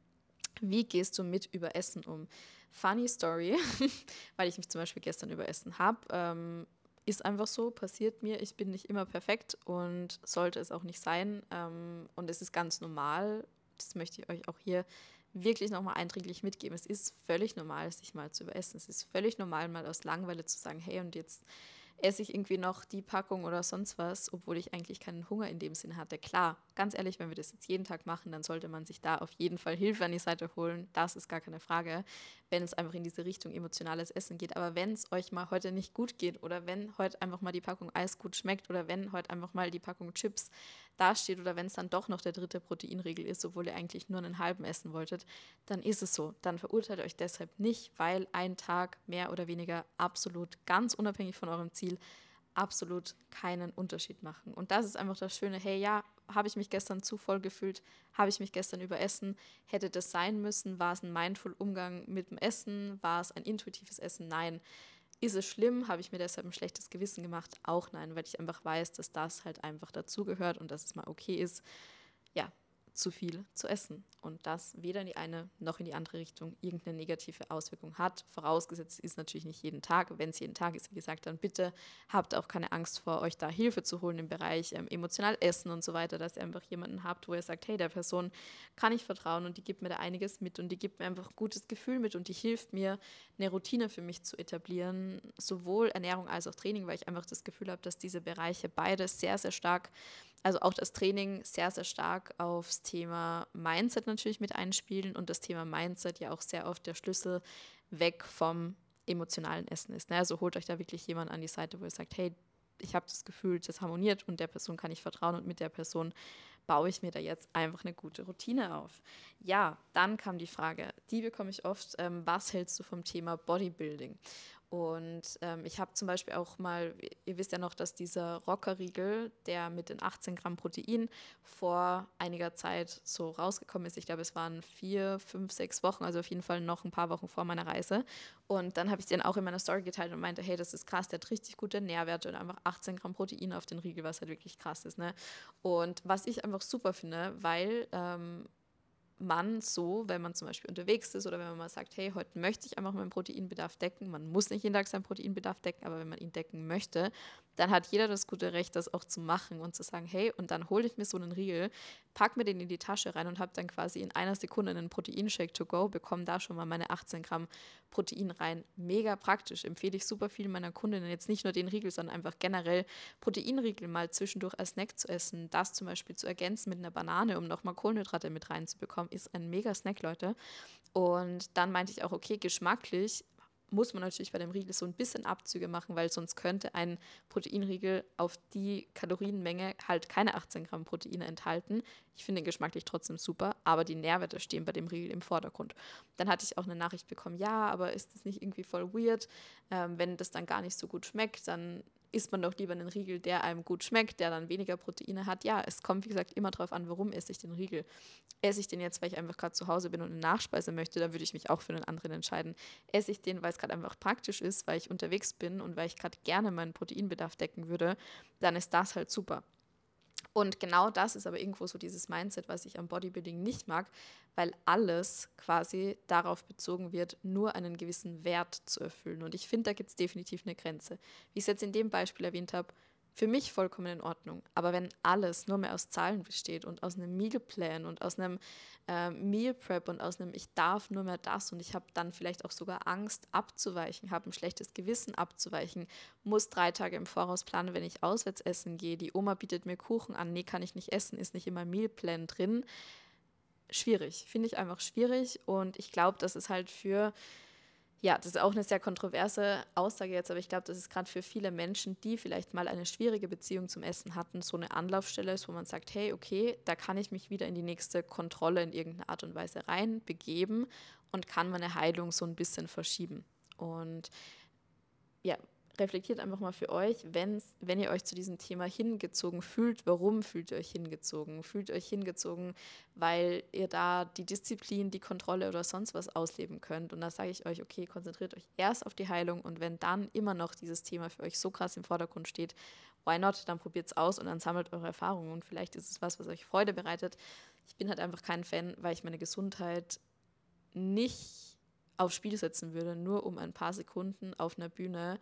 wie gehst du mit Überessen um? Funny Story, weil ich mich zum Beispiel gestern überessen habe. Ähm, ist einfach so, passiert mir. Ich bin nicht immer perfekt und sollte es auch nicht sein. Ähm, und es ist ganz normal. Das möchte ich euch auch hier wirklich nochmal eindringlich mitgeben. Es ist völlig normal, sich mal zu überessen. Es ist völlig normal, mal aus Langeweile zu sagen, hey, und jetzt esse ich irgendwie noch die Packung oder sonst was, obwohl ich eigentlich keinen Hunger in dem Sinn hatte. Klar, ganz ehrlich, wenn wir das jetzt jeden Tag machen, dann sollte man sich da auf jeden Fall Hilfe an die Seite holen. Das ist gar keine Frage, wenn es einfach in diese Richtung emotionales Essen geht. Aber wenn es euch mal heute nicht gut geht oder wenn heute einfach mal die Packung Eis gut schmeckt oder wenn heute einfach mal die Packung Chips dasteht oder wenn es dann doch noch der dritte Proteinriegel ist, obwohl ihr eigentlich nur einen halben essen wolltet, dann ist es so. Dann verurteilt euch deshalb nicht, weil ein Tag mehr oder weniger absolut ganz unabhängig von eurem Ziel absolut keinen Unterschied machen. Und das ist einfach das Schöne, hey, ja, habe ich mich gestern zu voll gefühlt, habe ich mich gestern überessen, hätte das sein müssen, war es ein mindful Umgang mit dem Essen, war es ein intuitives Essen, nein. Ist es schlimm, habe ich mir deshalb ein schlechtes Gewissen gemacht? Auch nein, weil ich einfach weiß, dass das halt einfach dazugehört und dass es mal okay ist, ja, zu viel zu essen und das weder in die eine noch in die andere Richtung irgendeine negative Auswirkung hat. Vorausgesetzt ist natürlich nicht jeden Tag. Wenn es jeden Tag ist, wie gesagt, dann bitte habt auch keine Angst vor, euch da Hilfe zu holen im Bereich ähm, emotional Essen und so weiter, dass ihr einfach jemanden habt, wo ihr sagt, hey, der Person kann ich vertrauen und die gibt mir da einiges mit und die gibt mir einfach ein gutes Gefühl mit und die hilft mir, eine Routine für mich zu etablieren, sowohl Ernährung als auch Training, weil ich einfach das Gefühl habe, dass diese Bereiche beide sehr, sehr stark, also auch das Training sehr, sehr stark aufs Thema Mindset natürlich mit einspielen und das Thema Mindset ja auch sehr oft der Schlüssel weg vom emotionalen Essen ist. Ne? Also holt euch da wirklich jemand an die Seite, wo ihr sagt, hey, ich habe das Gefühl, das harmoniert und der Person kann ich vertrauen und mit der Person baue ich mir da jetzt einfach eine gute Routine auf. Ja, dann kam die Frage, die bekomme ich oft, ähm, was hältst du vom Thema Bodybuilding? Und ähm, ich habe zum Beispiel auch mal, ihr wisst ja noch, dass dieser Rockerriegel, der mit den achtzehn Gramm Protein vor einiger Zeit so rausgekommen ist. Ich glaube, es waren vier, fünf, sechs Wochen, also auf jeden Fall noch ein paar Wochen vor meiner Reise. Und dann habe ich den auch in meiner Story geteilt und meinte, hey, das ist krass, der hat richtig gute Nährwerte und einfach achtzehn Gramm Protein auf den Riegel, was halt wirklich krass ist. Ne? Und was ich einfach super finde, weil ähm, man so, wenn man zum Beispiel unterwegs ist oder wenn man mal sagt, hey, heute möchte ich einfach meinen Proteinbedarf decken, man muss nicht jeden Tag seinen Proteinbedarf decken, aber wenn man ihn decken möchte, dann hat jeder das gute Recht, das auch zu machen und zu sagen, hey, und dann hole ich mir so einen Riegel, pack mir den in die Tasche rein und habe dann quasi in einer Sekunde einen Proteinshake to go, bekomme da schon mal meine achtzehn Gramm Protein rein. Mega praktisch, empfehle ich super vielen meiner Kundinnen, jetzt nicht nur den Riegel, sondern einfach generell Proteinriegel mal zwischendurch als Snack zu essen, das zum Beispiel zu ergänzen mit einer Banane, um nochmal Kohlenhydrate mit reinzubekommen, ist ein mega Snack, Leute. Und dann meinte ich auch, okay, geschmacklich muss man natürlich bei dem Riegel so ein bisschen Abzüge machen, weil sonst könnte ein Proteinriegel auf die Kalorienmenge halt keine achtzehn Gramm Proteine enthalten. Ich finde den geschmacklich trotzdem super, aber die Nährwerte stehen bei dem Riegel im Vordergrund. Dann hatte ich auch eine Nachricht bekommen, ja, aber ist das nicht irgendwie voll weird, ähm, wenn das dann gar nicht so gut schmeckt, dann isst man doch lieber einen Riegel, der einem gut schmeckt, der dann weniger Proteine hat. Ja, es kommt, wie gesagt, immer darauf an, warum esse ich den Riegel. Esse ich den jetzt, weil ich einfach gerade zu Hause bin und eine Nachspeise möchte, dann würde ich mich auch für einen anderen entscheiden. Esse ich den, weil es gerade einfach praktisch ist, weil ich unterwegs bin und weil ich gerade gerne meinen Proteinbedarf decken würde, dann ist das halt super. Und genau das ist aber irgendwo so dieses Mindset, was ich am Bodybuilding nicht mag, weil alles quasi darauf bezogen wird, nur einen gewissen Wert zu erfüllen. Und ich finde, da gibt es definitiv eine Grenze. Wie ich es jetzt in dem Beispiel erwähnt habe, für mich vollkommen in Ordnung. Aber wenn alles nur mehr aus Zahlen besteht und aus einem Mealplan und aus einem äh, Meal Prep und aus einem ich darf nur mehr das und ich habe dann vielleicht auch sogar Angst abzuweichen, habe ein schlechtes Gewissen abzuweichen, muss drei Tage im Voraus planen, wenn ich auswärts essen gehe, die Oma bietet mir Kuchen an, nee, kann ich nicht essen, ist nicht in meinem Mealplan drin. Schwierig, finde ich einfach schwierig und ich glaube, dass es halt für Ja, das ist auch eine sehr kontroverse Aussage jetzt, aber ich glaube, das ist gerade für viele Menschen, die vielleicht mal eine schwierige Beziehung zum Essen hatten, so eine Anlaufstelle ist, wo man sagt, hey, okay, da kann ich mich wieder in die nächste Kontrolle in irgendeiner Art und Weise reinbegeben und kann meine Heilung so ein bisschen verschieben. Und ja, reflektiert einfach mal für euch, wenn's, wenn ihr euch zu diesem Thema hingezogen fühlt, warum fühlt ihr euch hingezogen? Fühlt ihr euch hingezogen, weil ihr da die Disziplin, die Kontrolle oder sonst was ausleben könnt? Und da sage ich euch, okay, konzentriert euch erst auf die Heilung und wenn dann immer noch dieses Thema für euch so krass im Vordergrund steht, why not? Dann probiert es aus und dann sammelt eure Erfahrungen und vielleicht ist es was, was euch Freude bereitet. Ich bin halt einfach kein Fan, weil ich meine Gesundheit nicht aufs Spiel setzen würde, nur um ein paar Sekunden auf einer Bühne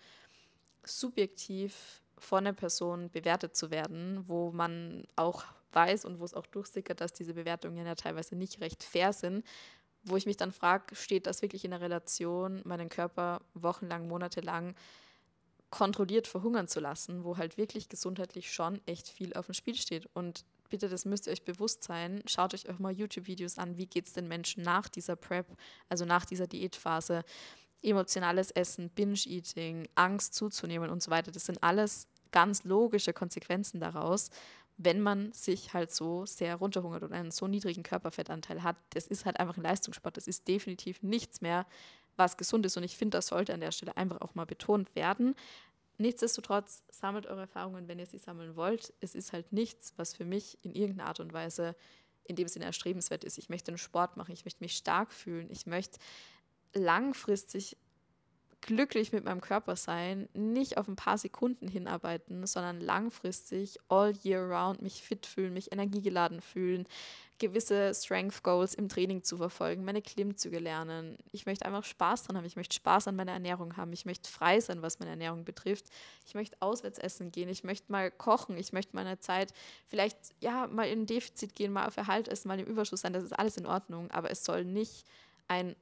subjektiv von einer Person bewertet zu werden, wo man auch weiß und wo es auch durchsickert, dass diese Bewertungen ja teilweise nicht recht fair sind, wo ich mich dann frage, steht das wirklich in der Relation, meinen Körper wochenlang, monatelang kontrolliert verhungern zu lassen, wo halt wirklich gesundheitlich schon echt viel auf dem Spiel steht. Und bitte, das müsst ihr euch bewusst sein. Schaut euch auch mal YouTube-Videos an, wie geht es den Menschen nach dieser Prep, also nach dieser Diätphase. Emotionales Essen, Binge-Eating, Angst zuzunehmen und so weiter. Das sind alles ganz logische Konsequenzen daraus, wenn man sich halt so sehr runterhungert und einen so niedrigen Körperfettanteil hat. Das ist halt einfach ein Leistungssport. Das ist definitiv nichts mehr, was gesund ist. Und ich finde, das sollte an der Stelle einfach auch mal betont werden. Nichtsdestotrotz, sammelt eure Erfahrungen, wenn ihr sie sammeln wollt. Es ist halt nichts, was für mich in irgendeiner Art und Weise in dem Sinne erstrebenswert ist. Ich möchte einen Sport machen, ich möchte mich stark fühlen, ich möchte langfristig glücklich mit meinem Körper sein, nicht auf ein paar Sekunden hinarbeiten, sondern langfristig all year round mich fit fühlen, mich energiegeladen fühlen, gewisse Strength Goals im Training zu verfolgen, meine Klimmzüge lernen. Ich möchte einfach Spaß dran haben, ich möchte Spaß an meiner Ernährung haben, ich möchte frei sein, was meine Ernährung betrifft. Ich möchte auswärts essen gehen, ich möchte mal kochen, ich möchte meine Zeit vielleicht ja mal in ein Defizit gehen, mal auf Erhalt essen, mal im Überschuss sein, das ist alles in Ordnung, aber es soll nicht ein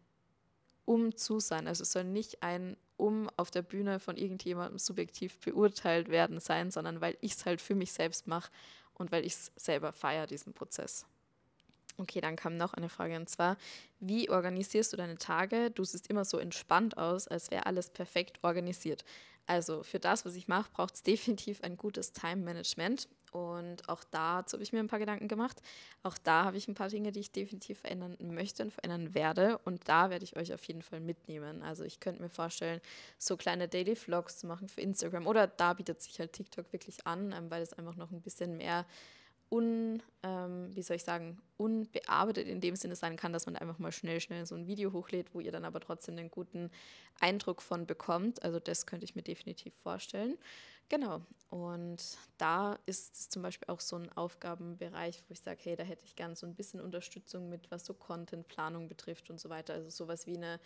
um zu sein. Also es soll nicht ein um auf der Bühne von irgendjemandem subjektiv beurteilt werden sein, sondern weil ich es halt für mich selbst mache und weil ich es selber feiere, diesen Prozess. Okay, dann kam noch eine Frage und zwar, wie organisierst du deine Tage? Du siehst immer so entspannt aus, als wäre alles perfekt organisiert. Also für das, was ich mache, braucht es definitiv ein gutes Time-Management und auch dazu habe ich mir ein paar Gedanken gemacht. Auch da habe ich ein paar Dinge, die ich definitiv verändern möchte und verändern werde und da werde ich euch auf jeden Fall mitnehmen. Also ich könnte mir vorstellen, so kleine Daily Vlogs zu machen für Instagram oder da bietet sich halt TikTok wirklich an, ähm, weil es einfach noch ein bisschen mehr un, ähm, wie soll ich sagen, unbearbeitet in dem Sinne sein kann, dass man einfach mal schnell, schnell so ein Video hochlädt, wo ihr dann aber trotzdem einen guten Eindruck von bekommt. Also das könnte ich mir definitiv vorstellen. Genau. Und da ist es zum Beispiel auch so ein Aufgabenbereich, wo ich sage, hey, da hätte ich gern so ein bisschen Unterstützung mit, was so Contentplanung betrifft und so weiter. Also sowas wie eine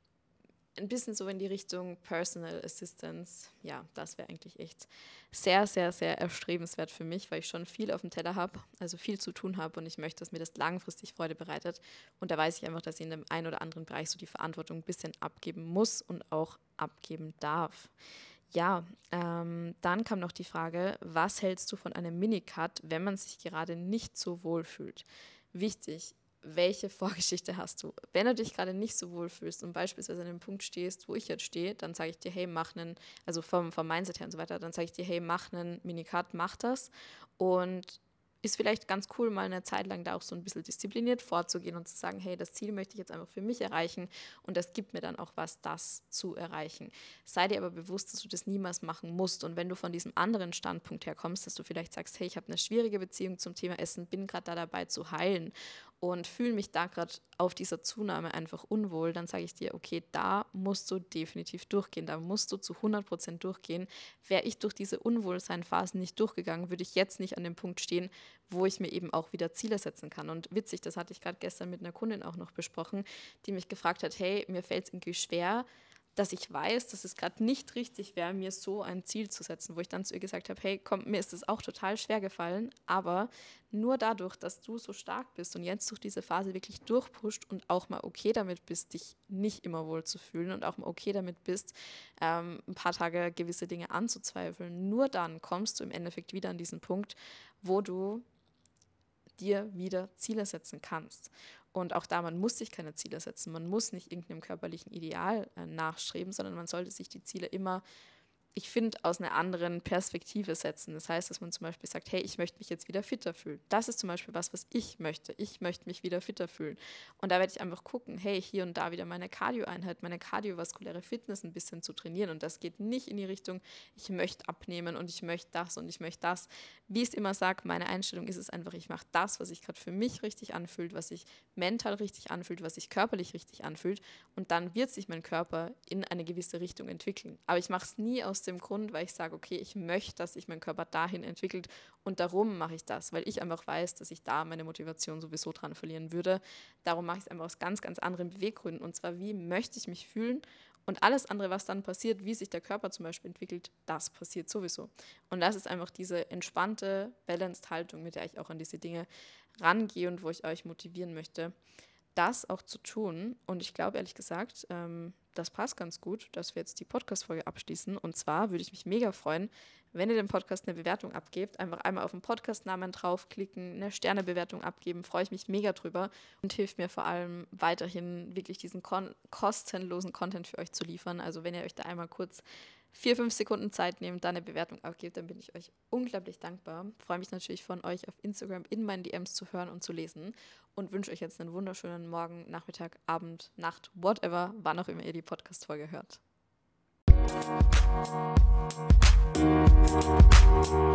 ein bisschen so in die Richtung Personal Assistance. Ja, das wäre eigentlich echt sehr, sehr, sehr erstrebenswert für mich, weil ich schon viel auf dem Teller habe, also viel zu tun habe und ich möchte, dass mir das langfristig Freude bereitet. Und da weiß ich einfach, dass ich in dem einen oder anderen Bereich so die Verantwortung ein bisschen abgeben muss und auch abgeben darf. Ja, ähm, dann kam noch die Frage, was hältst du von einem Minicut, wenn man sich gerade nicht so wohl fühlt? Wichtig, welche Vorgeschichte hast du? Wenn du dich gerade nicht so wohl fühlst und beispielsweise an einem Punkt stehst, wo ich jetzt stehe, dann sage ich dir, hey, mach einen, also vom, vom Mindset her und so weiter, dann sage ich dir, hey, mach einen Minicut, mach das und ist vielleicht ganz cool, mal eine Zeit lang da auch so ein bisschen diszipliniert vorzugehen und zu sagen, hey, das Ziel möchte ich jetzt einfach für mich erreichen und das gibt mir dann auch was, das zu erreichen. Sei dir aber bewusst, dass du das niemals machen musst und wenn du von diesem anderen Standpunkt her kommst, dass du vielleicht sagst, hey, ich habe eine schwierige Beziehung zum Thema Essen, bin gerade da dabei zu heilen und fühle mich da gerade auf dieser Zunahme einfach unwohl, dann sage ich dir, okay, da musst du definitiv durchgehen, da musst du zu hundert Prozent durchgehen. Wäre ich durch diese Unwohlsein-Phasen nicht durchgegangen, würde ich jetzt nicht an dem Punkt stehen, wo ich mir eben auch wieder Ziele setzen kann. Und witzig, das hatte ich gerade gestern mit einer Kundin auch noch besprochen, die mich gefragt hat, hey, mir fällt es irgendwie schwer, dass ich weiß, dass es gerade nicht richtig wäre, mir so ein Ziel zu setzen, wo ich dann zu ihr gesagt habe, hey, komm, mir ist es auch total schwer gefallen, aber nur dadurch, dass du so stark bist und jetzt durch diese Phase wirklich durchpusht und auch mal okay damit bist, dich nicht immer wohl zu fühlen und auch mal okay damit bist, ähm, ein paar Tage gewisse Dinge anzuzweifeln, nur dann kommst du im Endeffekt wieder an diesen Punkt, wo du dir wieder Ziele setzen kannst. Und auch da, man muss sich keine Ziele setzen, man muss nicht irgendeinem körperlichen Ideal äh, nachstreben, sondern man sollte sich die Ziele immer, ich finde, aus einer anderen Perspektive setzen. Das heißt, dass man zum Beispiel sagt, hey, ich möchte mich jetzt wieder fitter fühlen. Das ist zum Beispiel was, was ich möchte. Ich möchte mich wieder fitter fühlen. Und da werde ich einfach gucken, hey, hier und da wieder meine Cardio-Einheit, meine kardiovaskuläre Fitness ein bisschen zu trainieren. Und das geht nicht in die Richtung, ich möchte abnehmen und ich möchte das und ich möchte das. Wie ich es immer sage, meine Einstellung ist es einfach, ich mache das, was sich gerade für mich richtig anfühlt, was sich mental richtig anfühlt, was sich körperlich richtig anfühlt. Und dann wird sich mein Körper in eine gewisse Richtung entwickeln. Aber ich mache es nie aus dem Grund, weil ich sage, okay, ich möchte, dass sich mein Körper dahin entwickelt und darum mache ich das, weil ich einfach weiß, dass ich da meine Motivation sowieso dran verlieren würde. Darum mache ich es einfach aus ganz, ganz anderen Beweggründen und zwar, wie möchte ich mich fühlen und alles andere, was dann passiert, wie sich der Körper zum Beispiel entwickelt, das passiert sowieso. Und das ist einfach diese entspannte, balanced Haltung, mit der ich auch an diese Dinge rangehe und wo ich euch motivieren möchte, das auch zu tun. Und ich glaube, ehrlich gesagt, ähm, das passt ganz gut, dass wir jetzt die Podcast-Folge abschließen. Und zwar würde ich mich mega freuen, wenn ihr dem Podcast eine Bewertung abgebt. Einfach einmal auf den Podcast-Namen draufklicken, eine Sternebewertung abgeben. Freue ich mich mega drüber und hilft mir vor allem weiterhin wirklich diesen kon- kostenlosen Content für euch zu liefern. Also wenn ihr euch da einmal kurz vier, fünf Sekunden Zeit nehmt, da eine Bewertung abgebt, dann bin ich euch unglaublich dankbar. Freue mich natürlich von euch auf Instagram in meinen D Ms zu hören und zu lesen und wünsche euch jetzt einen wunderschönen Morgen, Nachmittag, Abend, Nacht, whatever, wann auch immer ihr die Podcast-Folge hört.